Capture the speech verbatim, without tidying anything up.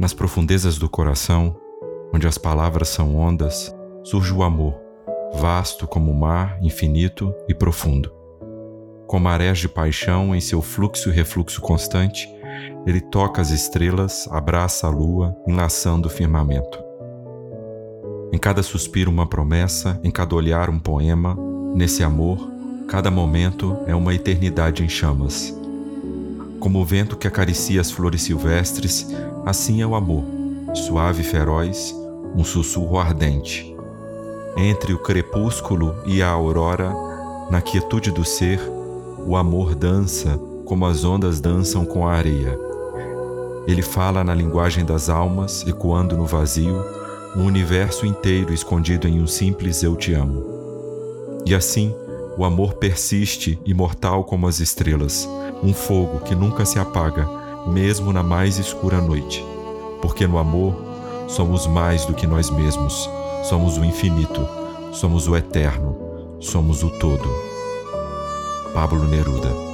Nas profundezas do coração, onde as palavras são ondas, surge o amor, vasto como o mar, infinito e profundo. Com marés de paixão em seu fluxo e refluxo constante, ele toca as estrelas, abraça a lua, enlaçando o firmamento. Em cada suspiro uma promessa, em cada olhar um poema, nesse amor, cada momento é uma eternidade em chamas. Como o vento que acaricia as flores silvestres, assim é o amor, suave e feroz, um sussurro ardente. Entre o crepúsculo e a aurora, na quietude do ser, o amor dança como as ondas dançam com a areia. Ele fala na linguagem das almas, ecoando no vazio, um universo inteiro escondido em um simples eu te amo. E assim, o amor persiste, imortal como as estrelas, um fogo que nunca se apaga, mesmo na mais escura noite. Porque no amor, somos mais do que nós mesmos, somos o infinito, somos o eterno, somos o todo. Pablo Neruda.